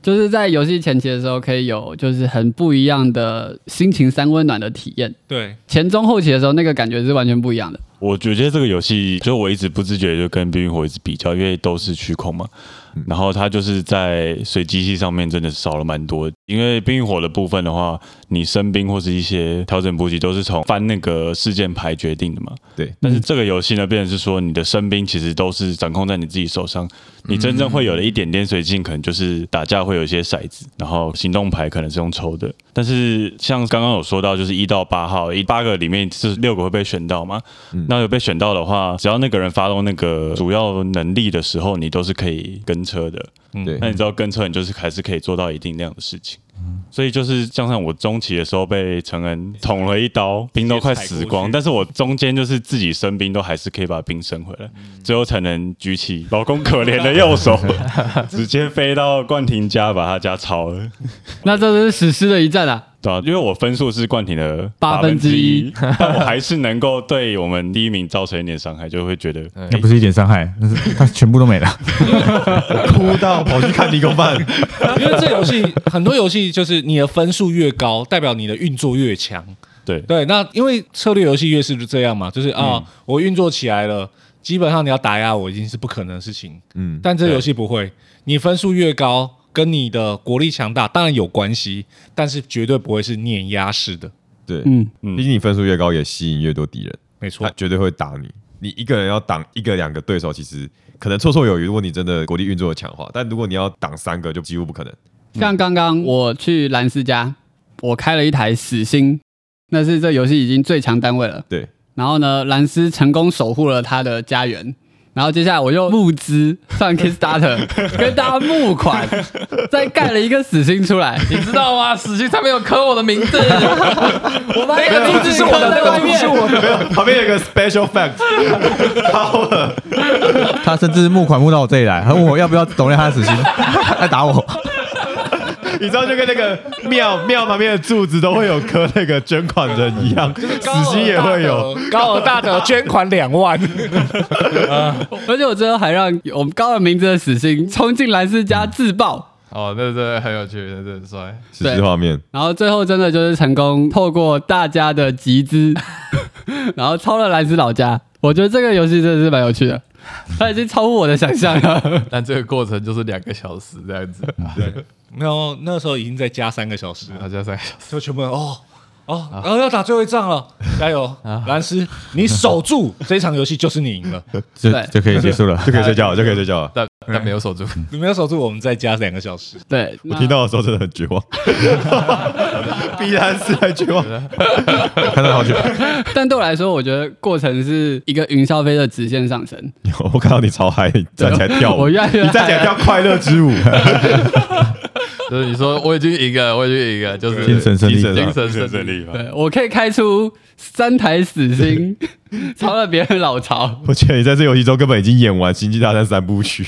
就是在游戏前期的时候，可以有就是很不一样的心情三温暖的体验。 对， 前中后期的时候，那个感觉是完全不一样的。 我觉得这个游戏，就我一直不自觉就跟冰与火一直比较，因为都是虚空嘛。然后它就是在随机器上面真的少了蛮多的，因为冰与火的部分的话，你升兵或是一些调整补给都是从翻那个事件牌决定的嘛。 对， 但是这个游戏呢，变成是说你的升兵其实都是掌控在你自己手上，你真正会有的一点点随机性，可能就是打架会有一些骰子，然后行动牌可能是用抽的。但是像刚刚有说到，就是1到8号，8个里面是6个会被选到嘛。那有被选到的话，只要那个人发动那个主要能力的时候，你都是可以跟车的。 对， 那你知道跟车，你就是还是可以做到一定量的事情。所以就是像我中期的时候被陈恩捅了一刀，兵都快死光，但是我中间就是自己升兵都还是可以把兵升回来，最后才能举起老公可怜的右手，直接飞到冠廷家把他家抄了。 那这是史诗的一战啊！ 对啊，因为我分数是冠廷的 1/8， 但我还是能够对我们第一名造成一点伤害，就会觉得那不是一点伤害，那是他全部都没了， 哭到跑去看迷宫饭。 因为这游戏很多游戏就是你的分数越高，代表你的运作越强。 对， 那因为策略游戏越是这样嘛，就是我运作起来了，基本上你要打压我已经是不可能的事情。但这游戏不会，你分数越高，跟你的国力强大当然有关系，但是绝对不会是碾压式的。 对，毕竟你分数越高，也吸引越多敌人， 没错， 他绝对会打你。你一个人要挡1个2个对手，其实可能绰绰有余。如果你真的国力运作的强化，但如果你要挡3个，就几乎不可能。 像刚刚我去兰斯家，我开了一台死星，那是这游戏已经最强单位了。 对， 然后呢，兰斯成功守护了他的家园。然后接下来我又募资上 Kickstarter 跟大家募款，再盖了一个死星出来， 你知道吗？死星上面有刻我的名字， 我把那个名字是我的，那个名字是我的， 旁边有个 special fact， 他甚至募款募到我这里来，他问我要不要懂他的死心，来打我。 你知道就跟那个庙旁边的柱子都会有刻那个捐款人一样，死星也会有高尔大德捐款2万， 而且我最后还让我们高尔名字的死星冲进兰斯家自爆。 哦，那真的很有趣，那真的很帅， 实时画面。 然后最后真的就是成功透过大家的集资，然后抄了兰斯老家。我觉得这个游戏真的是蛮有趣的，它已经超乎我的想象了。 但这个过程就是2个小时这样子， 对，然后那时候已经在加3个小时， 加3个小时， 就全部人然后要打最后一仗了，加油，兰斯，你守住这场游戏就是你赢了， 就可以结束了， 就可以睡觉了，就可以睡觉了。 但没有守住， 你没有守住，我们再加2个小时。 对， 我听到的时候真的很绝望，比兰斯还绝望，看到好久。 但对我来说，我觉得过程是一个云霄飞的直线上升。 我看到你超嗨，站起来跳舞， 我越来越你站起来跳快乐之舞。 就是你说我已经赢了，就是精神胜利， 精神胜利。 对，我可以开出3台死星，超了别人老巢。 我觉得你在这游戏中根本已经演完《星际大战》3部曲。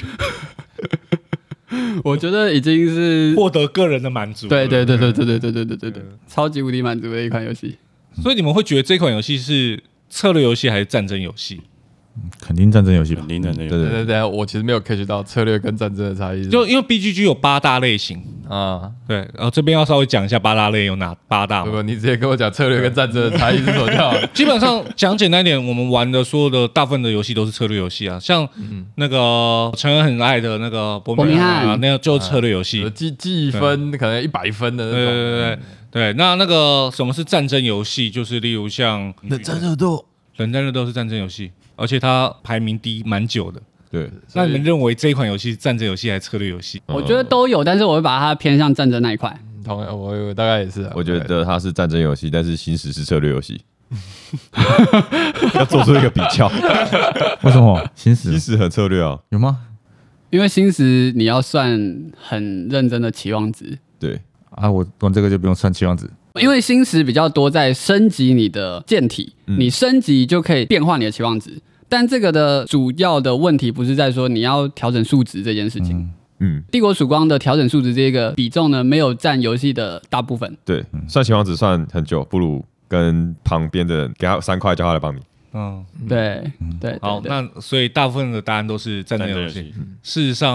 我觉得已经是获得个人的满足。 对，超级无敌满足的一款游戏。 所以你们会觉得这款游戏是策略游戏还是战争游戏？ 肯定战争游戏吧， 肯定的那个。 对，我其实没有 catch 到策略跟战争的差异。 就因为 BGG 有8大类型啊， 对，然后这边要稍微讲一下8大类有哪8大。 如果你直接跟我讲策略跟战争的差异是什么就好了。 基本上讲简单一点，我们玩的所有的大部分的游戏都是策略游戏啊，像那个陈恩很爱的那个伯明翰啊，那个就是策略游戏， 计分可能100分的那种。 对，那个什么是战争游戏？就是例如像冷战热斗是战争游戏，而且它排名低蛮久的。 对， 那你们认为这一款游戏是战争游戏还是策略游戏？ 我觉得都有，但是我会把它偏向战争那一块。 我大概也是， 我觉得它是战争游戏，但是新史是策略游戏。要做出一个比较， 为什么新史很策略啊？ 有吗？ 因为新史你要算很认真的期望值。 对啊，我玩这个就不用算期望值。 因为新史比较多在升级你的舰体，你升级就可以变化你的期望值。但这个的主要的问题不是在说你要调整数值这件事情。帝国曙光的调整数值这个比重呢，没有占游戏的大部分。 对，算期望值算很久，不如跟旁边的人给他3块，叫他来帮你。 对。 好，那所以大部分的答案都是战争游戏。事实上，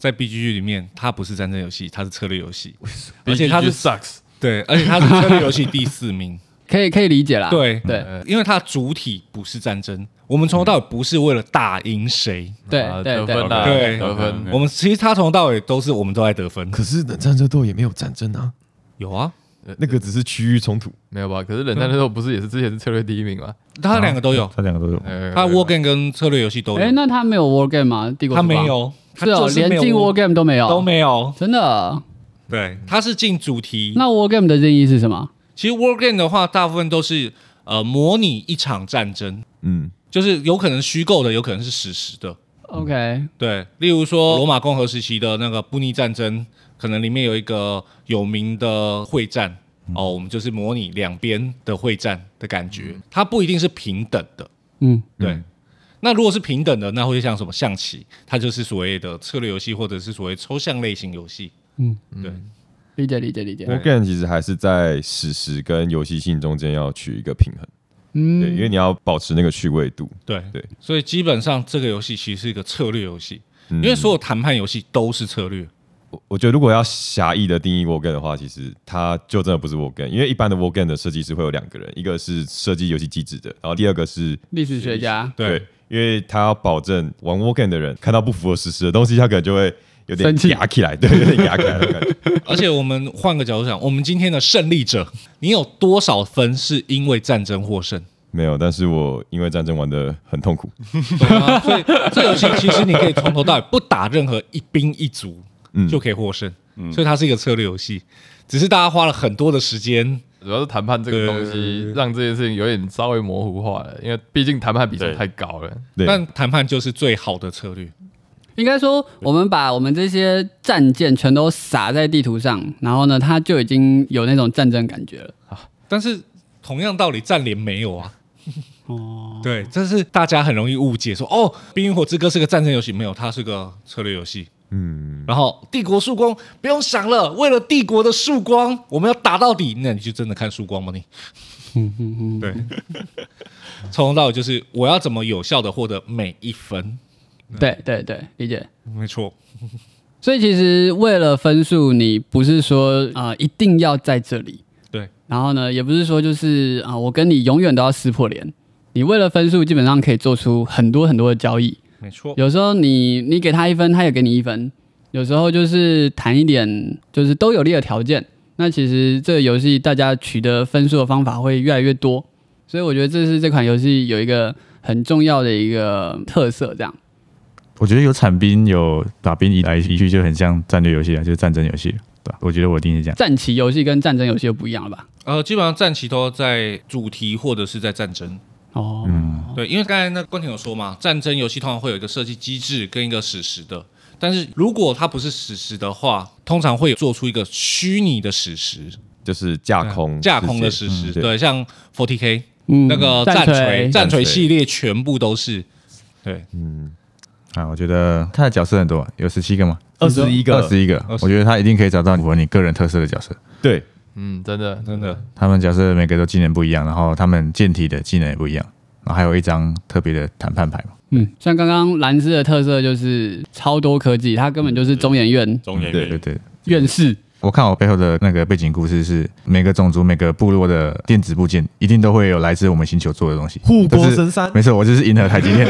在 BGG 里面，它不是战争游戏，它是策略游戏，而且它是 sucks。 对，而且它是策略游戏第4名。 可以理解啦。 对对因为它主体不是战争，我们从头到尾不是为了打赢谁， 对得分啦， 对得分。 我们其实他从头到尾我们都在得分。 可是冷战热斗也没有战争啊， 有啊， 那个只是区域冲突， 没有吧？可是冷战热斗不是也是之前是策略第1名吗？ 他2个都有， 他2个都有。 他 War Game 跟策略游戏都有。 那他没有 War Game 吗？帝国他没有， 是哦，连进 War Game 都没有， 都没有， 真的。 对，他是进主题。 那 War Game 的定义是什么？ 其实 War Game 的话，大部分都是模拟一场战争，就是有可能虚构的，有可能是史实的。 OK， 对，例如说罗马共和时期的那个布匿战争，可能里面有一个有名的会战，我们就是模拟两边的会战的感觉，它不一定是平等的。对。那如果是平等的，那会像什么象棋，它就是所谓的策略游戏，或者是所谓抽象类型游戏。对。 理解。 War Game 其实还是在史实跟游戏性中间要取一个平衡。对，因为你要保持那个趣味度。 对，所以基本上这个游戏其实是一个策略游戏，因为所有谈判游戏都是策略。 我觉得如果要狭义的定义 War Game 的话，其实它就真的不是 War Game，因为一般的 War Game 的设计师会有2个人，一个是设计游戏机制的，然后第2个是历史学家。 对，因为他要保证玩 War Game 的人看到不符合史实的东西，他可能就会有点压起来，对，有点压起来的感觉。 而且我们换个角度想，我们今天的胜利者，你有多少分是因为战争获胜？ 没有，但是我因为战争玩得很痛苦。 所以这游戏其实你可以从头到尾不打任何一兵一卒就可以获胜，所以它是一个策略游戏，只是大家花了很多的时间。 主要是谈判这个东西让这件事情有点稍微模糊化了，因为毕竟谈判比重太高了。 但谈判就是最好的策略。 应该说，我们把我们这些战舰全都撒在地图上，然后呢，它就已经有那种战争感觉了。 但是同样道理，战联没有啊。对，这是大家很容易误解说，《冰与火之歌》是个战争游戏，没有，它是个策略游戏。然后帝国曙光不用想了，为了帝国的曙光，我们要打到底。那你就真的看曙光吗？你，对，从头到尾就是我要怎么有效的获得每一分。 对，理解， 没错。 所以其实为了分数，你不是说一定要在这里， 对。 然后呢，也不是说就是我跟你永远都要撕破脸。你为了分数，基本上可以做出很多很多的交易。 没错， 有时候你给他1分，他也给你1分。有时候就是谈一点，就是都有利的条件。那其实这个游戏大家取得分数的方法会越来越多，所以我觉得这是这款游戏有一个很重要的一个特色。这样， 我觉得有产兵有把兵移来移去，就很像战略游戏啊，就是战争游戏，对吧？我觉得我一定是这样。 战棋游戏跟战争游戏又不一样了吧？ 基本上战棋都在主题或者是在战争。对，因为刚才那关婷有说嘛，战争游戏通常会有一个设计机制跟一个史实的，但是如果它不是史实的话，通常会做出一个虚拟的史实， 就是架空的史实。对，像 40K 那个战锤系列全部都是。对， 我觉得他的角色很多，有17个吗 ？21个， 我觉得他一定可以找到符合你个人特色的角色。 对。 真的， 他们角色每个都技能不一样，然后他们舰体的技能也不一样，然后还有一张特别的谈判牌嘛。 像刚刚蓝斯的特色就是超多科技，他根本就是中研院对院士。 我看我背后的那个背景故事是，每个种族、每个部落的电子部件一定都会有来自我们星球做的东西， 护国神山。 没错，我就是银河台积电。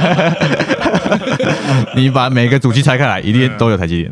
你把每个主机拆开来，一定都有台积电。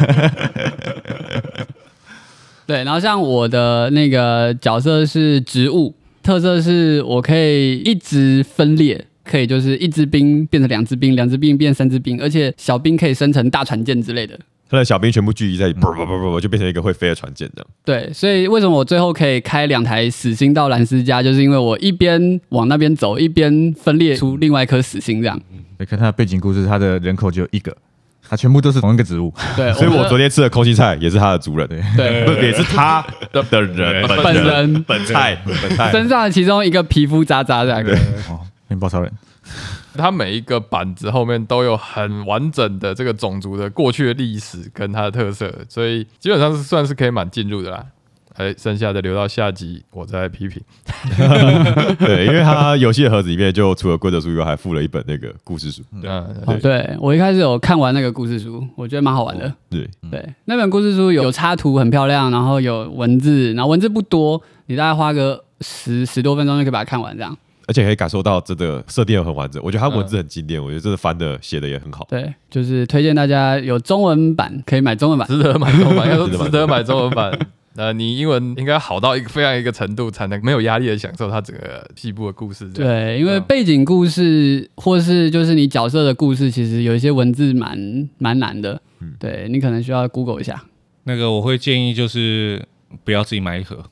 对，然后像我的那个角色是植物，特色是我可以一直分裂，可以就是1支兵变成2支兵，2支兵变3支兵，而且小兵可以生成大船舰之类的。 他的小兵全部聚集在就变成一个会飞的船舰这样。 对，所以为什么我最后可以开2台死星到兰斯家，就是因为我一边往那边走，一边分裂出另外一颗死星这样。 你看他的背景故事，他的人口只有1个。他全部都是同一个植物， 对， 所以我昨天吃的空心菜也是他的族人， 对， 也是他的人本菜身上的其中一个皮肤渣渣这样。 面包超人， 他每一个板子后面都有很完整的这个种族的过去的历史跟它的特色，所以基本上是算是可以蛮进入的啦。 剩下的留到下集我再来批评。 对，因为他游戏的盒子里面就除了规则书以外，还附了一本那个故事书。 对，我一开始有看完那个故事书，我觉得蛮好玩的。 对， 那本故事书有插图很漂亮，然后有文字，然后文字不多，你大概花个10多分钟就可以把它看完这样。 而且可以感受到这个设定很完整，我觉得它文字很经典，我觉得这个翻的写的也很好。 对，就是推荐大家有中文版可以买中文版， 值得买中文版，应该说值得买中文版。你英文应该好到非常一个程度，才能没有压力的享受它整个细部的故事。 对，因为背景故事或是就是你角色的故事，其实有一些文字蛮难的。对，你可能需要 Google 一下。 那个我会建议就是不要自己买一盒。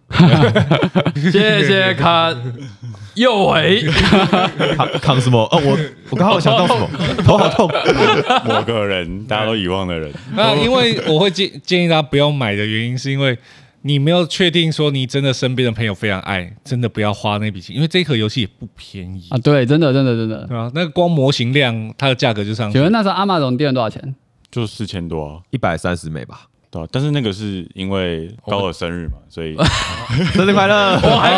谢谢康右维康什么？我刚好想到什么，头好痛。 某个人大家都遗忘的人。 那因为我会建议大家不要买的原因，是因为你没有确定说你真的身边的朋友非常爱，真的不要花那笔钱，因为这一盒游戏也不便宜啊。对，真的。 对啊，那个光模型量它的价格就上去。 请问那时候Amazon店多少钱？ 就4000多啊 ，130美吧。 对啊，但是那个是因为高尔生日嘛，所以生日快乐！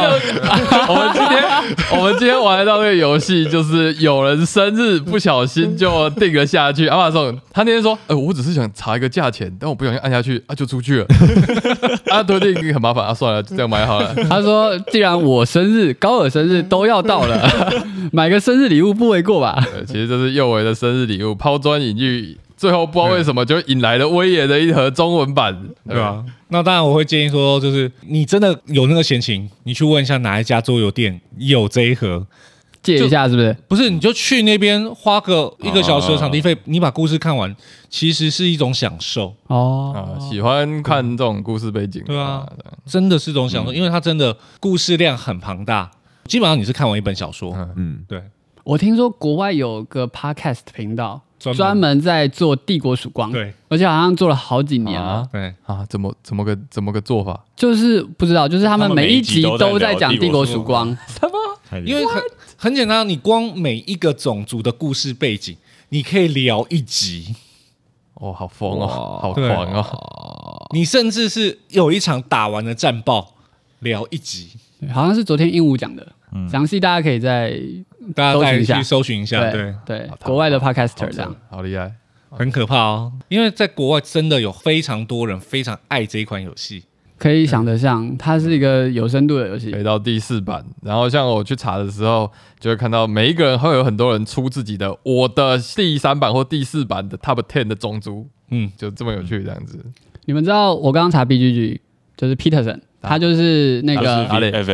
我们今天玩到这个游戏，就是有人生日不小心就定了下去。Amazon他那天说，我只是想查一个价钱，但我不小心按下去，就出去了。推定很麻烦算了，就这样买好了。 他说，既然我生日、高尔生日都要到了，买个生日礼物不为过吧？ 其实这是右维的生日礼物，抛砖引玉。最后不知道为什么就引来了威爷的一盒中文版， 对吧？那当然我会建议说，就是你真的有那个闲情，你去问一下哪一家桌游店有这一盒， 借一下是不是？ 不是，你就去那边花个1个小时的场地费，你把故事看完，其实是一种享受喜欢看这种故事背景， 对啊，真的是一种享受，因为它真的故事量很庞大，基本上你是看完一本小说。对。 我听说国外有个 podcast 频道。专门在做帝国曙光， 对， 而且好像做了好几年了。 对啊，怎么个做法？ 就是不知道，就是他们每一集都在讲帝国曙光， 什么？ 因为很简单，你光每一个种族的故事背景，你可以聊1集。 哦，好疯哦，好狂哦！ 你甚至是有一场打完的战报聊1集， 好像是昨天鹦鹉讲的，详细大家可以大家再去搜寻一下， 对，国外的 podcaster 这样， 好厉害， 很可怕哦。因为在国外真的有非常多人非常爱这一款游戏， 可以想得像它是一个有深度的游戏， 可以到第4版。然后像我去查的时候，就会看到每一个人会有很多人出自己的我的第3版或第4版的 Top 10的种族，就这么有趣这样子。 你们知道我刚刚查 BGG 就是 Peterson。他就是那个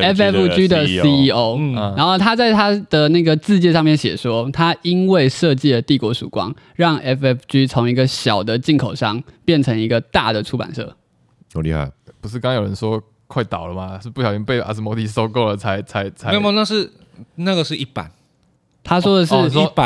FFG 的 CEO，然后他在他的那个自介上面写说，他因为设计了帝国曙光，让 FFG 从一个小的进口商变成一个大的出版社。 好厉害！ 不是刚有人说快倒了吗？是不小心被阿斯莫蒂收购了才？ 没有，那个是1版。 他说的是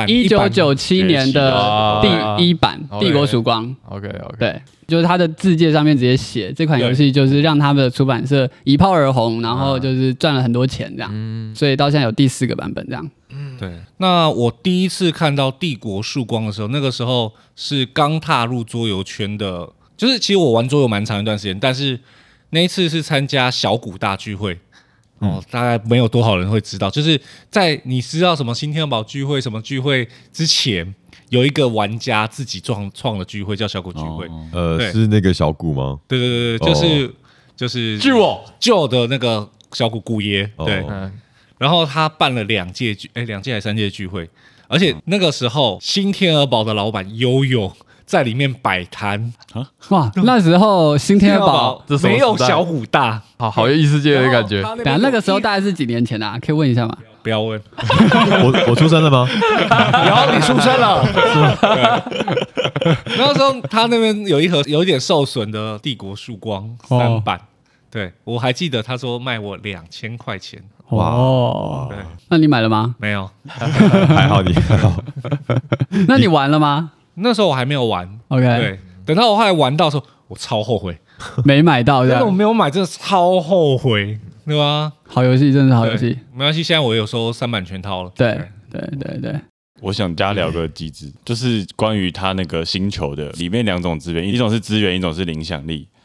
1997年的第1版《帝国曙光》。 OK， 对，就是他的字界上面直接写这款游戏就是让他们的出版社一炮而红，然后就是赚了很多钱这样，所以到现在有第4个版本这样。 对，那我第一次看到《帝国曙光》的时候，那个时候是刚踏入桌游圈的，就是其实我玩桌游蛮长一段时间，但是那一次是参加小股大聚会。大概没有多少人会知道，就是在你知道什么新天宝聚会什么聚会之前，有一个玩家自己创的聚会叫小股聚会。 是那个小股吗？ 对，就是旧的那个小股姑爷。对，然后他办了2届还是3届聚会，而且那个时候新天鹅堡的老板悠悠在里面摆摊啊！哇，那时候新天鹅堡没有小虎大， 好有异世界的感觉。 那个时候大概是几年前啊？可以问一下吗？ 不要问。 我出生了吗？ 有，你出生了。那时候他那边有一盒有一点受损的《帝国曙光》3版，对我还记得他说卖我2000块钱。 哇！那你买了吗？ 没有， 还好你还好。 那你玩了吗？ 那时候我还没有玩 ，OK， 对，等到我后来玩到的时候，我超后悔， 没买到， 但是我没有买，真的超后悔，对吧？ 好游戏，真的是好游戏， 没关系，现在我有收3版全套了。 对， 我想加聊个机制，就是关于它那个星球的里面2种资源，一种是资源，一种是影响力。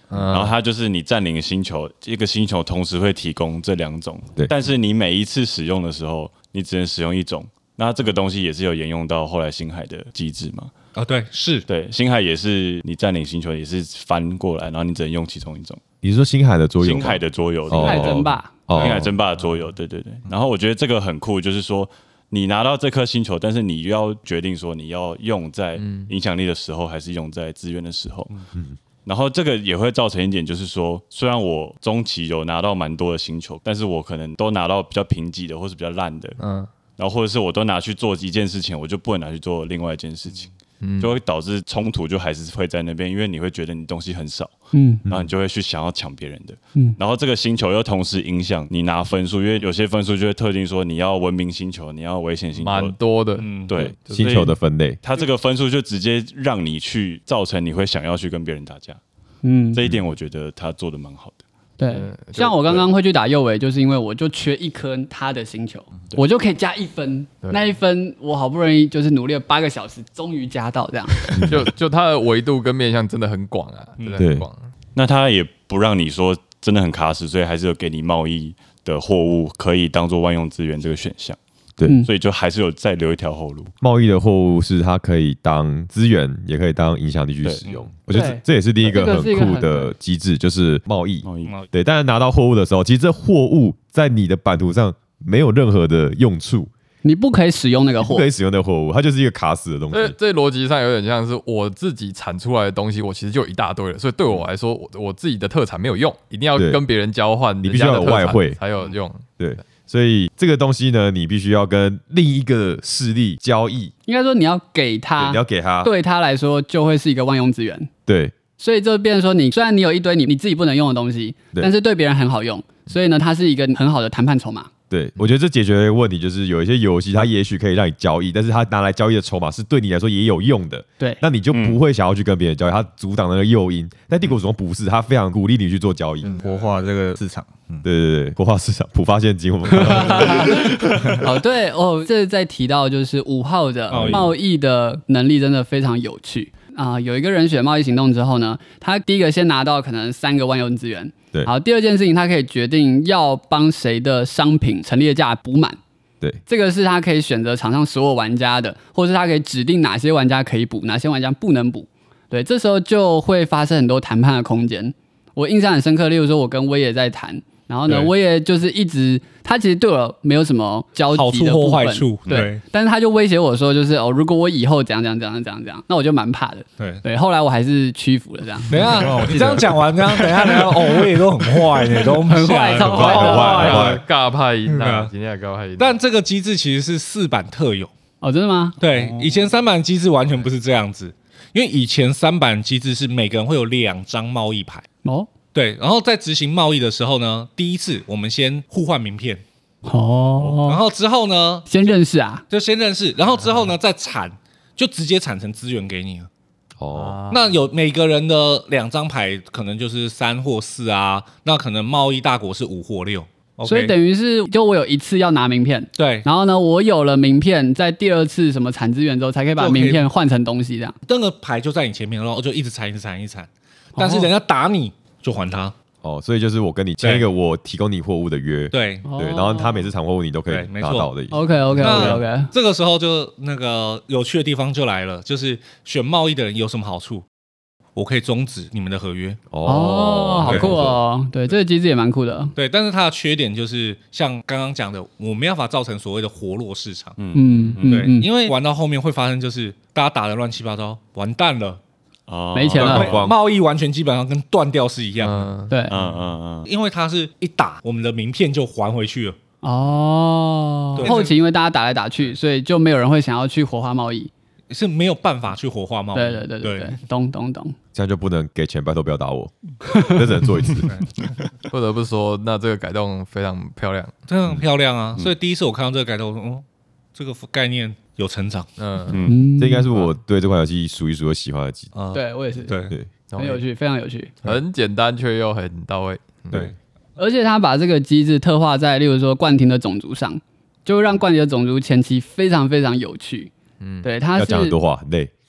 然后它就是你占领星球，一个星球同时会提供这2种， 对但是你每一次使用的时候，你只能使用一种。那这个东西也是有沿用到后来星海的机制嘛？ 对，是对，星海也是你占领星球也是翻过来，然后你只能用其中一种。 你是说星海的桌游？ 星海的桌游， 星海争霸， 星海争霸的桌游，对。然后我觉得这个很酷，就是说你拿到这颗星球，但是你要决定说你要用在影响力的时候，还是用在资源的时候。然后这个也会造成一点，就是说，虽然我中期有拿到蛮多的星球，但是我可能都拿到比较贫瘠的，或是比较烂的，然后或者是我都拿去做一件事情，我就不能拿去做另外一件事情，就会导致冲突就还是会在那边，因为你会觉得你东西很少，然后你就会去想要抢别人的，然后这个星球又同时影响你拿分数，因为有些分数就会特定说你要文明星球，你要危险星球， 蛮多的， 对， 星球的分类， 它这个分数就直接让你去造成你会想要去跟别人打架，这一点我觉得他做的蛮好的。 对，像我刚刚会去打右尾，就是因为我就缺一颗他的星球，我就可以加1分。那1分我好不容易就是努力了8个小时，终于加到这样。 就它的维度跟面向真的很广啊，真的很广。 那他也不让你说真的很卡死，所以还是有给你贸易的货物可以当做万用资源这个选项。 对， 所以就还是有再留一条后路。 贸易的货物是它可以当资源，也可以当影响力去使用。我觉得这也是另一个很酷的机制，就是贸易。对，但是拿到货物的时候，其实这货物在你的版图上没有任何的用处， 你不可以使用那个货， 不可以使用那个货物，它就是一个卡死的东西。 这逻辑上有点像是我自己产出来的东西，我其实就有一大堆了，所以对我来说，我自己的特产没有用，一定要跟别人交换， 你必须要有外汇才有用。 对。所以这个东西呢，你必须要跟另一个势力交易。 应该说你要给他， 你要给他， 对他来说就会是一个万用资源。 对， 所以就变成说，你虽然你有一堆你自己不能用的东西，但是对别人很好用，所以呢，它是一个很好的谈判筹码。 对，我觉得这解决的问题就是有一些游戏，它也许可以让你交易，但是它拿来交易的筹码是对你来说也有用的。 对， 那你就不会想要去跟别人交易，它阻挡那个诱因。但帝国主义不是，它非常鼓励你去做交易， 活化这个市场。 对，活化市场，普发现金。我们对哦，这在提到就是5号的贸易的能力真的非常有趣啊。有一个人选贸易行动之后呢，他第一个先拿到可能3个万用资源。 对， 好，第二件事情，他可以决定要帮谁的商品陈列架补满。 对， 这个是他可以选择场上所有玩家的，或是他可以指定哪些玩家可以补，哪些玩家不能补。对，这时候就会发生很多谈判的空间。我印象很深刻，例如说我跟威爷在谈，然后呢，威爷就是一直，他其实对我没有什么交集的部分， 好处或坏处， 对，但是他就威胁我说，就是如果我以后怎样，那我就蛮怕的。对，后来我还是屈服了这样。 等一下，你这样讲完，等一下，威爷都很坏呢，都很坏，超坏， 尬派赢啊，今天尬派赢。 但这个机制其实是4版特有哦，真的吗？ 对，以前3版机制完全不是这样子，因为以前3版机制是每个人会有2张贸易牌哦。对，然后在执行贸易的时候呢，第一次我们先互换名片哦，然后之后呢， 先认识啊， 就先认识，然后之后呢再产，就直接产成资源给你了。哦，那有每个人的2张牌可能就是3或4啊，那可能贸易大国是5或6。 所以等于是，就我有一次要拿名片， 对， 然后呢，我有了名片，在第2次什么产资源之后，才可以把名片换成东西，这样。 那个牌就在你前面，然后就一直产，但是人家打你就还他。 哦，所以就是我跟你签一个我提供你货物的约， 对， 然后他每次产货物你都可以拿到的意思。 OK， 这个时候就那个有趣的地方就来了，就是选贸易的人有什么好处？我可以终止你们的合约。 哦，好酷哦！对，这个机制也蛮酷的。 对，但是它的缺点就是像刚刚讲的，我没办法造成所谓的活络市场。对，因为玩到后面会发生就是大家打得乱七八糟，完蛋了。 没钱了， 贸易完全基本上跟断掉是一样的。 对， 因为它是一打，我们的名片就还回去了。 哦，后期因为大家打来打去，所以就没有人会想要去活化贸易， 是没有办法去活化贸易。 对，懂。 这样就不能给钱，拜托不要打我，这只能做一次。 不得不说，那这个改动非常漂亮， 真的很漂亮啊！所以第一次我看到这个改动，我说这个概念有成长。 这应该是我对这款游戏数一数二喜欢的机制。 对我也是， 对， 很有趣，非常有趣， 很简单却又很到位。 对， 而且他把这个机制特化在，例如说冠廷的种族上，就让冠廷的种族前期非常非常有趣。对，他是要讲很多话，很累。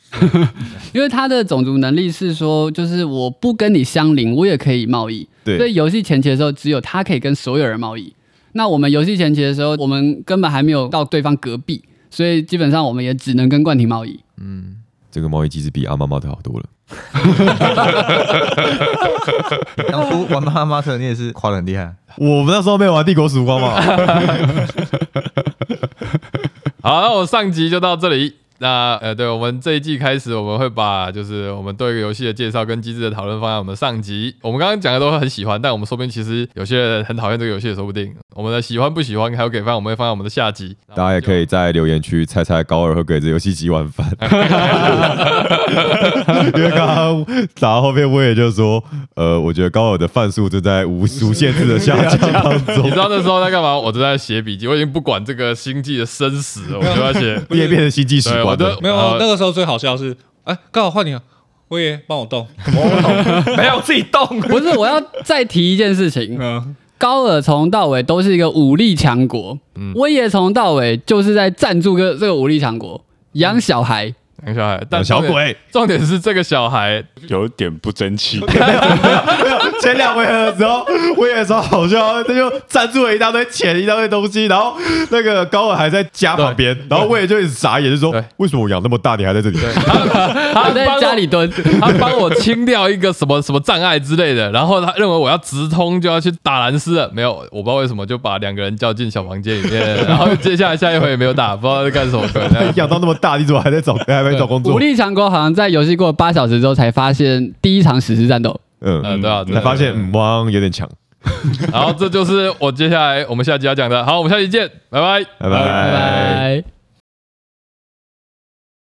因为他的种族能力是说，就是我不跟你相邻，我也可以贸易。 对， 所以游戏前期的时候，只有他可以跟所有人贸易。那我们游戏前期的时候，我们根本还没有到对方隔壁，所以基本上我们也只能跟冠廷贸易。 这个贸易机制比阿妈妈的好多了。 当初玩妈妈特，你也是夸得很厉害。 我们那时候没有玩帝国曙光嘛。 好，那我上集就到这里。那对，我们这一季开始，我们会把就是我们对一个游戏的介绍跟机制的讨论放在我们上集。我们刚刚讲的都很喜欢，但我们说不定其实有些人很讨厌这个游戏，也说不定。我们的喜欢不喜欢还有给分，我们会放在我们的下集。 大家也可以在留言区猜猜高尔会给这游戏几碗饭。因为刚刚打到后面，我也就说，我觉得高尔的饭数正在无限制的下降当中。 你知道那时候在干嘛？我正在写笔记，我已经不管这个星际的生死了，我就要写。 也变成星际史观了。 没有，那个时候最好笑是，刚好换你了，我也帮我动， 没有自己动。 不是，我要再提一件事情。高尔从到尾都是一个武力强国，威爷从到尾就是在赞助这个武力强国，养小孩。 养小孩，但小鬼， 重点是这个小孩有点不争气。 没有，前2回合的时候，威爷超好笑，他就赞助了一大堆钱，一大堆东西，然后那个高尔还在家旁边，然后威爷就一直傻眼，就说：“为什么我养那么大，你还在这里？” 他在家里蹲， 他帮我清掉一个什么障碍之类的，然后他认为我要直通就要去打蓝斯了，没有，我不知道为什么就把2个人叫进小房间里面，然后接下来下一回也没有打，不知道在干什么。 养到那么大，你怎么还在找？还没找工作？ 武力强国好像在游戏过8小时之后才发现第一场史诗战斗。 对啊， 才发现汪有点强。 然后这就是我接下来我们下集要讲的。好，我们下集见，拜拜， 拜拜。